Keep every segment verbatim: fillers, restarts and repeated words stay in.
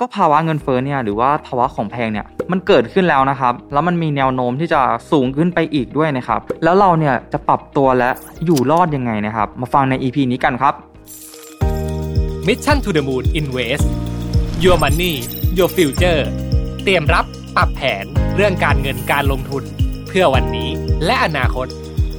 ก็ภาวะเงินเฟ้อเนี่ยหรือว่าภาวะของแพงเนี่ยมันเกิดขึ้นแล้วนะครับแล้วมันมีแนวโน้มที่จะสูงขึ้นไปอีกด้วยนะครับแล้วเราเนี่ยจะปรับตัวและอยู่รอดยังไงนะครับมาฟังใน อี พี นี้กันครับ Mission to the Moon Invest Your Money Your Future เตรียมรับปรับแผนเรื่องการเงินการลงทุนเพื่อวันนี้และอนาคต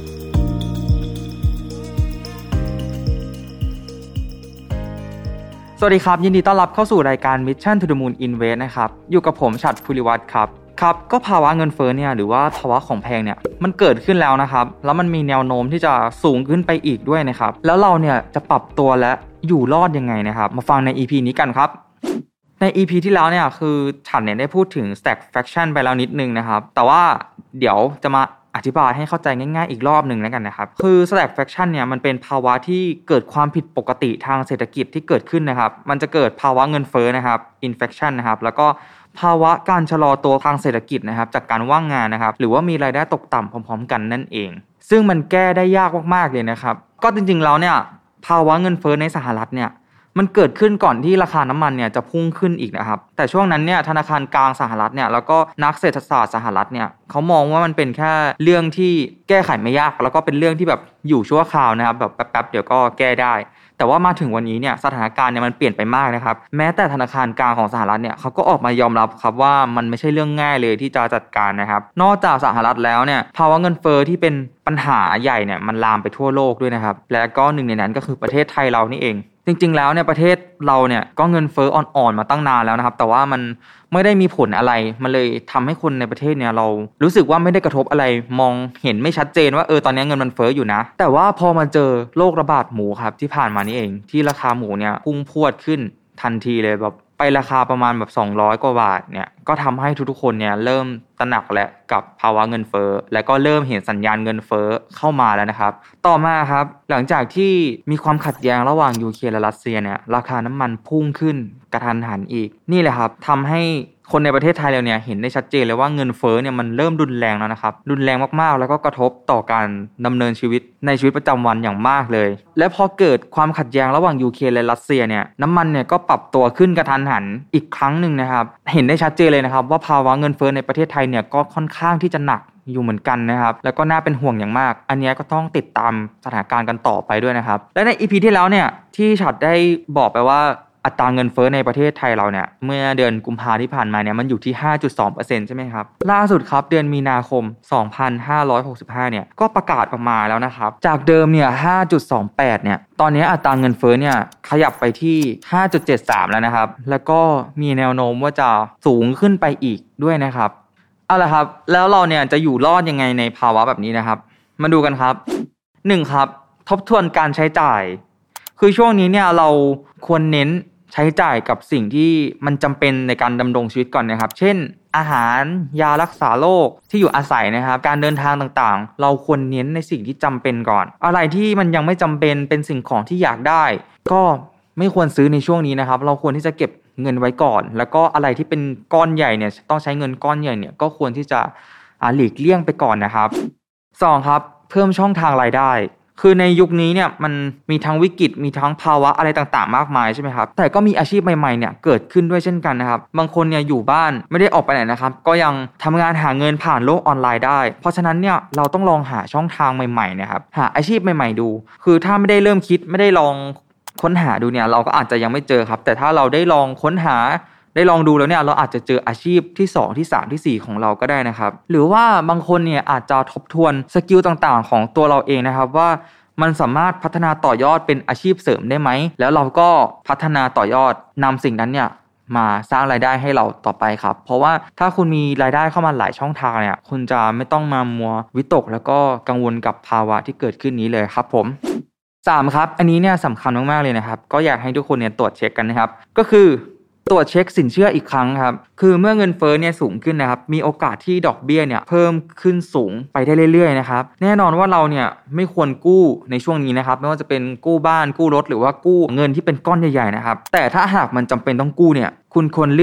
สวัสดีครับยินดีต้อนรับเข้าสู่รายการ Mission to the Moon Invest นะครับอยู่กับผมฉัตรภูริวัฒน์ครับครับก็ภาวะเงินเฟ้อเนี่ยหรือว่าภาวะของแพงเนี่ยมันเกิดขึ้นแล้วนะครับแล้วมันมีแนวโน้มที่จะสูงขึ้นไปอีกด้วยนะครับแล้วเราเนี่ยจะปรับตัวและอยู่รอดยังไงนะครับมาฟังใน อี พี นี้กันครับใน อี พี ที่แล้วเนี่ยคือฉันเนี่ยได้พูดถึง Stack Fraction ไปแล้วนิดนึงนะครับแต่ว่าเดี๋ยวจะมาอธิบายให้เข้าใจง่ายๆอีกรอบหนึ่งแล้วกันนะครับคือ Stack Fraction เนี่ยมันเป็นภาวะที่เกิดความผิดปกติทางเศรษฐกิจที่เกิดขึ้นนะครับมันจะเกิดภาวะเงินเฟ้อนะครับ Inflation นะครับแล้วก็ภาวะการชะลอตัวทางเศรษฐกิจนะครับจากการว่างงานนะครับหรือว่ามีรายได้ตกต่ำพร้อมๆกันนั่นเองซึ่งมันแก้ได้ยากมากๆเลยนะครับก็จริงๆแล้วเนี่ยภาวะเงินเฟ้อในสหรัฐเนี่ยมันเกิดขึ้นก่อนที่ราคาน้ำมันเนี่ยจะพุ่งขึ้นอีกนะครับแต่ช่วงนั้นเนี่ยธนาคารกลางสหรัฐเนี่ยแล้วก็นักเศรษฐศาสตร์สหรัฐเนี่ยเขามองว่ามันเป็นแค่เรื่องที่แก้ไขไม่ยากแล้วก็เป็นเรื่องที่แบบอยู่ชั่วคราวนะครับแบบแป๊บๆเดี๋ยวก็แก้ได้แต่ว่ามาถึงวันนี้เนี่ยสถานการณ์เนี่ยมันเปลี่ยนไปมากนะครับแม้แต่ธนาคารกลางของสหรัฐเนี่ยเขาก็ออกมายอมรับครับว่ามันไม่ใช่เรื่องง่ายเลยที่จะจัดการนะครับนอกจากสหรัฐแล้วเนี่ยภาวะเงินเฟ้อที่เป็นปัญหาใหญ่เนี่ยมันลามไปทั่วโลกด้วยนะครับและก็หนึ่งในนั้นก็คือประเทศไทยเรานี่เองจริงๆแล้วเนี่ยประเทศเราเนี่ยก็เงินเฟ้ออ่อนๆมาตั้งนานแล้วนะครับแต่ว่ามันไม่ได้มีผลอะไรมันเลยทำให้คนในประเทศเนี่ยเรารู้สึกว่าไม่ได้กระทบอะไรมองเห็นไม่ชัดเจนว่าเออตอนนี้เงินมันเฟ้ออยู่นะแต่ว่าพอมาเจอโรคระบาดหมูครับที่ผ่านมานี่เองที่ราคาหมูเนี่ยพุ่งพรวดขึ้นทันทีเลยแบบไปราคาประมาณแบบสองร้อยกว่าบาทเนี่ยก็ทำให้ทุกๆคนเนี่ยเริ่มตระหนักและกับภาวะเงินเฟ้อและก็เริ่มเห็นสัญญาณเงินเฟ้อเข้ามาแล้วนะครับต่อมาครับหลังจากที่มีความขัดแย้งระหว่างยูเครนและรัสเซียเนี่ยราคาน้ำมันพุ่งขึ้นกระทันหันอีกนี่แหละครับทำให้คนในประเทศไทยเราเนี่ยเห็นได้ชัดเจนเลยว่าเงินเฟ้อเนี่ยมันเริ่มรุนแรงแล้วนะครับรุนแรงมากๆแล้วก็กระทบต่อการดำเนินชีวิตในชีวิตประจำวันอย่างมากเลยและพอเกิดความขัดแย้งระหว่างยูเครนและรัสเซียเนี่ยน้ำมันเนี่ยก็ปรับตัวขึ้นกระทันหันอีกครั้งนึงนะครับเห็นได้ชัดเจนเลยนะครับว่าภาวะเงินเฟ้อในประเทศไทยเนี่ยก็ค่อนข้างที่จะหนักอยู่เหมือนกันนะครับแล้วก็น่าเป็นห่วงอย่างมากอันนี้ก็ต้องติดตามสถานการณ์กันต่อไปด้วยนะครับและใน อี พี ที่แล้วเนี่ยที่ฉัตรได้บอกไปว่าอัตราเงินเฟ้อในประเทศไทยเราเนี่ยเมื่อเดือนกุมภาพันธ์ที่ผ่านมาเนี่ยมันอยู่ที่ ห้าจุดสองเปอร์เซ็นต์ ใช่ไหมครับล่าสุดครับเดือนมีนาคมสองพันห้าร้อยหกสิบห้าเนี่ยก็ประกาศออกมาแล้วนะครับจากเดิมเนี่ย ห้าจุดสองแปด เนี่ยตอนนี้อัตราเงินเฟ้อเนี่ยขยับไปที่ ห้าจุดเจ็ดสาม แล้วนะครับแล้วก็มีแนวโน้มว่าจะสูงขึ้นไปอีกด้วยนะครับเอาล่ะครับแล้วเราเนี่ยจะอยู่รอดยังไงในภาวะแบบนี้นะครับมาดูกันครับหนึ่งครับทบทวนการใช้จ่ายคือช่วงนี้เนี่ยเราควรเน้นใช้จ่ายกับสิ่งที่มันจำเป็นในการดำรงชีวิตก่อนนะครับเช่นอาหารยารักษาโรคที่อยู่อาศัยนะครับการเดินทางต่างๆเราควรเน้นในสิ่งที่จำเป็นก่อนอะไรที่มันยังไม่จำเป็นเป็นสิ่งของที่อยากได้ก็ไม่ควรซื้อในช่วงนี้นะครับเราควรที่จะเก็บเงินไว้ก่อนแล้วก็อะไรที่เป็นก้อนใหญ่เนี่ยต้องใช้เงินก้อนใหญ่เนี่ยก็ควรที่จะหลีกเลี่ยงไปก่อนนะครับสองครับเพิ่มช่องทางรายได้คือในยุคนี้เนี่ยมันมีทั้งวิกฤตมีทั้งภาวะอะไรต่างๆมากมายใช่ไหมครับแต่ก็มีอาชีพใหม่ๆเนี่ยเกิดขึ้นด้วยเช่นกันนะครับบางคนเนี่ยอยู่บ้านไม่ได้ออกไปไหนนะครับก็ยังทำงานหาเงินผ่านโลกออนไลน์ได้เพราะฉะนั้นเนี่ยเราต้องลองหาช่องทางใหม่ๆนะครับหาอาชีพใหม่ๆดูคือถ้าไม่ได้เริ่มคิดไม่ได้ลองค้นหาดูเนี่ยเราก็อาจจะยังไม่เจอครับแต่ถ้าเราได้ลองค้นหาได้ลองดูแล้วเนี่ยเราอาจจะเจออาชีพที่สองที่สามที่สี่ของเราก็ได้นะครับหรือว่าบางคนเนี่ยอาจจะทบทวนสกิลต่างๆของตัวเราเองนะครับว่ามันสามารถพัฒนาต่อยอดเป็นอาชีพเสริมได้ไหมแล้วเราก็พัฒนาต่อยอดนำสิ่งนั้นเนี่ยมาสร้างรายได้ให้เราต่อไปครับเพราะว่าถ้าคุณมีรายได้เข้ามาหลายช่องทางเนี่ยคุณจะไม่ต้องมามัววิตกแล้วก็กังวลกับภาวะที่เกิดขึ้นนี้เลยครับผมสามครับอันนี้เนี่ยสำคัญมากๆเลยนะครับก็อยากให้ทุกคนเนี่ยตรวจเช็คกันนะครับก็คือตรวจเช็คสินเชื่ออีกครั้งครับคือเมื่อเงินเฟ้อเนี่ยสูงขึ้นนะครับมีโอกาสที่ดอกเบี้ยเนี่ยเพิ่มขึ้นสูงไปได้เรื่อยๆนะครับแน่นอนว่าเราเนี่ยไม่ควรกู้ในช่วงนี้นะครับไม่ว่าจะเป็นกู้บ้านกู้รถหรือว่ากู้เงินที่เป็นก้อนใหญ่ๆนะครับแต่ถ้าหากมันจำเป็นต้องกู้เนี่ยคุณควรเลือก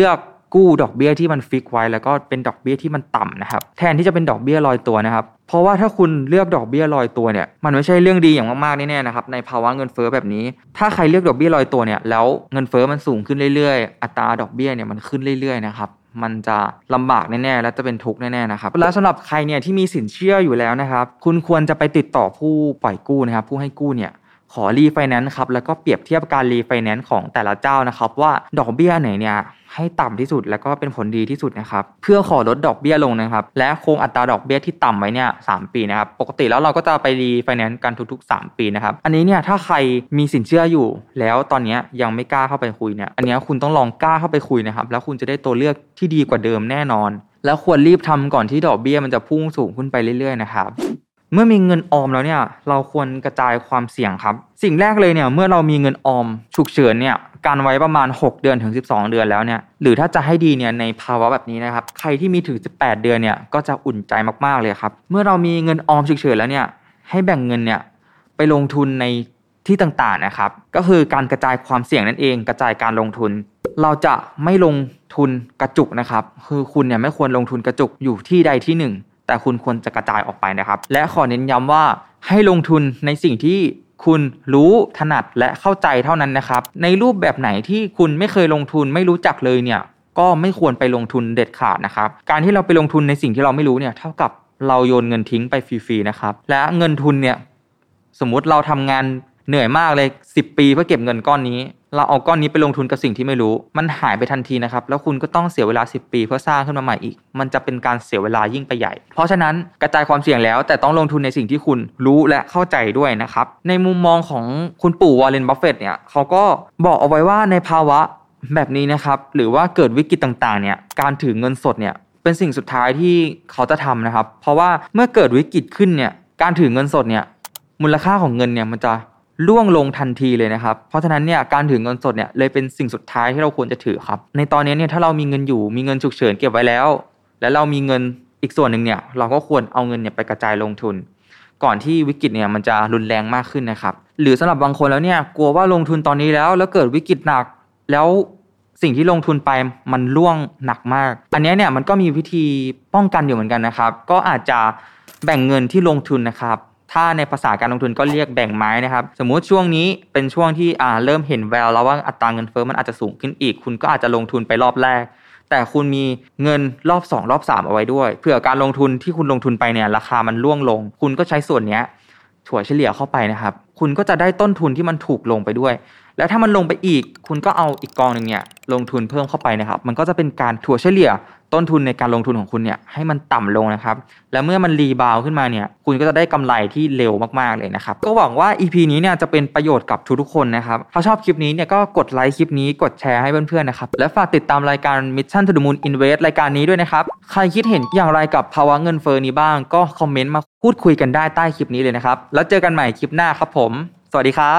กู้ดอกเบี้ยที่มันฟิกไว้แล้วก็เป็นดอกเบี้ยที่มันต่ำนะครับแทนที่จะเป็นดอกเบี้ยลอยตัวนะครับเพราะว่าถ้าคุณเลือกดอกเบี้ยลอยตัวเนี่ยมันไม่ใช่เรื่องดีอย่างมากๆแน่ๆนะครับในภาวะเงินเฟ้อแบบนี้ถ้าใครเลือกดอกเบี้ยลอยตัวเนี่ยแล้วเงินเฟ้อมันสูงขึ้นเรื่อยๆอัตราดอกเบี้ยเนี่ยมันขึ้นเรื่อยๆนะครับมันจะลำบากแน่ๆและจะเป็นทุกข์แน่ๆนะครับแล้วสำหรับใครเนี่ยที่มีสินเชื่ออยู่แล้วนะครับคุณควรจะไปติดต่อผู้ปล่อยกู้นะครับผู้ให้กู้เนี่ยขอรีไฟแนนซ์ครับแล้วก็เปรียบเทียบการรีไฟแนนซ์ของแต่ละเจ้านะครับว่าดอกเบี้ยไหนเนี่ยให้ต่ำที่สุดแล้วก็เป็นผลดีที่สุดนะครับเพื่อขอลดดอกเบี้ยลงนะครับและคงอัตราดอกเบี้ยที่ต่ำไว้เนี่ยสามปีนะครับปกติแล้วเราก็จะไปรีไฟแนนซ์กันทุกๆสามปีนะครับอันนี้เนี่ยถ้าใครมีสินเชื่ออยู่แล้วตอนนี้ยังไม่กล้าเข้าไปคุยเนี่ยอันนี้คุณต้องลองกล้าเข้าไปคุยนะครับแล้วคุณจะได้ตัวเลือกที่ดีกว่าเดิมแน่นอนแล้วควรรีบทำก่อนที่ดอกเบี้ยมันจะพุ่งสูงขึ้นไปเรื่อยๆนะครับเมื่อมีเงินออมแล้วเนี่ยเราควรกระจายความเสี่ยงครับสิ่งแรกเลยเนี่ยเมื่อเรามีเงินออมฉุกเฉินเนี่ยการไว้ประมาณหกเดือนถึงสิบสองเดือนแล้วเนี่ยหรือถ้าจะให้ดีเนี่ยในภาวะแบบนี้นะครับใครที่มีถึงสิบแปดเดือนเนี่ยก็จะอุ่นใจมากๆเลยครับเมื่อเรามีเงินออมฉุกเฉินแล้วเนี่ยให้แบ่งเงินเนี่ยไปลงทุนในที่ต่างๆนะครับก็คือการกระจายความเสี่ยงนั่นเองกระจายการลงทุนเราจะไม่ลงทุนกระจุกนะครับคือคุณเนี่ยไม่ควรลงทุนกระจุกอยู่ที่ใดที่หนึ่งแต่คุณควรจะกระจายออกไปนะครับและขอเน้นย้ำว่าให้ลงทุนในสิ่งที่คุณรู้ถนัดและเข้าใจเท่านั้นนะครับในรูปแบบไหนที่คุณไม่เคยลงทุนไม่รู้จักเลยเนี่ยก็ไม่ควรไปลงทุนเด็ดขาดนะครับการที่เราไปลงทุนในสิ่งที่เราไม่รู้เนี่ยเท่ากับเราโยนเงินทิ้งไปฟรีๆนะครับและเงินทุนเนี่ยสมมุติเราทำงานเหนื่อยมากเลยสิบปีเพื่อเก็บเงินก้อนนี้เราเอาก้อนนี้ไปลงทุนกับสิ่งที่ไม่รู้มันหายไปทันทีนะครับแล้วคุณก็ต้องเสียเวลาสิบปีเพื่อสร้างขึ้นมาใหม่อีกมันจะเป็นการเสียเวลายิ่งไปใหญ่เพราะฉะนั้นกระจายความเสี่ยงแล้วแต่ต้องลงทุนในสิ่งที่คุณรู้และเข้าใจด้วยนะครับในมุมมองของคุณปู่วอร์เรน บัฟเฟตต์เนี่ยเขาก็บอกเอาไว้ว่าในภาวะแบบนี้นะครับหรือว่าเกิดวิกฤตต่างๆเนี่ยการถือเงินสดเนี่ยเป็นสิ่งสุดท้ายที่เขาจะทำนะครับเพราะว่าเมื่อเกิดวิกฤตขึ้นเนี่ยการถือเงินสดเนี่ยมูลค่าของเงินเนี่ยมันจะล่วงลงทันทีเลยนะครับเพราะฉะนั้นเนี่ยการถือเงินสดเนี่ยเลยเป็นสิ่งสุดท้ายที่เราควรจะถือครับในตอนนี้เนี่ยถ้าเรามีเงินอยู่มีเงินฉุกเฉินเก็บไว้แล้วและเรามีเงินอีกส่วนหนึ่งเนี่ยเราก็ควรเอาเงินเนี่ยไปกระจายลงทุนก่อนที่วิกฤตเนี่ยมันจะรุนแรงมากขึ้นนะครับหรือสำหรับบางคนแล้วเนี่ยกลัวว่าลงทุนตอนนี้แล้วแล้วเกิดวิกฤตหนักแล้วสิ่งที่ลงทุนไปมันล่วงหนักมากอันนี้เนี่ยมันก็มีวิธีป้องกันอยู่เหมือนกันนะครับก็อาจจะแบ่งเงินที่ลงทุนนะครับถ้าในภาษาการลงทุนก็เรียกแบ่งไม้นะครับสมมุติช่วงนี้เป็นช่วงที่อ่าเริ่มเห็นแววแล้วว่าอัตราเงินเฟ้อมันอาจจะสูงขึ้นอีกคุณก็อาจจะลงทุนไปรอบแรกแต่คุณมีเงินรอบสองรอบสามเอาไว้ด้วยเผื่อการลงทุนที่คุณลงทุนไปเนี่ยราคามันร่วงลงคุณก็ใช้ส่วนนี้ถั่วเฉลี่ยเข้าไปนะครับคุณก็จะได้ต้นทุนที่มันถูกลงไปด้วยแล้วถ้ามันลงไปอีกคุณก็เอาอีกกองนึงเนี่ยลงทุนเพิ่มเข้าไปนะครับมันก็จะเป็นการถั่วเฉลี่ยต้นทุนในการลงทุนของคุณเนี่ยให้มันต่ำลงนะครับแล้วเมื่อมันรีบาวขึ้นมาเนี่ยคุณก็จะได้กำไรที่เร็วมากๆเลยนะครับก็หวังว่า อี พี นี้เนี่ยจะเป็นประโยชน์กับทุกๆคนนะครับถ้าชอบคลิปนี้เนี่ยก็กดไลค์คลิปนี้กดแชร์ให้เพื่อนๆนะครับและฝากติดตามรายการ Mission to the Moon Invest รายการนี้ด้วยนะครับใครคิดเห็นอย่างไรกับภาวะเงินเฟ้อนี้บ้างก็คอมเมนต์มาพูดคุยกันได้ใต้คลิปนี้เลยนะครับแล้วเจอกันใหม่คลิปหน้าครับผมสวัสดีครับ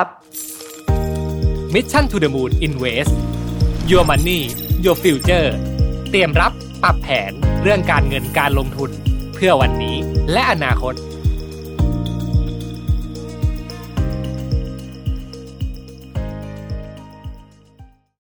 Mission to the Moon Invest Your Money Your Future เตรียมรับปรับแผนเรื่องการเงินการลงทุนเพื่อวันนี้และอนาคต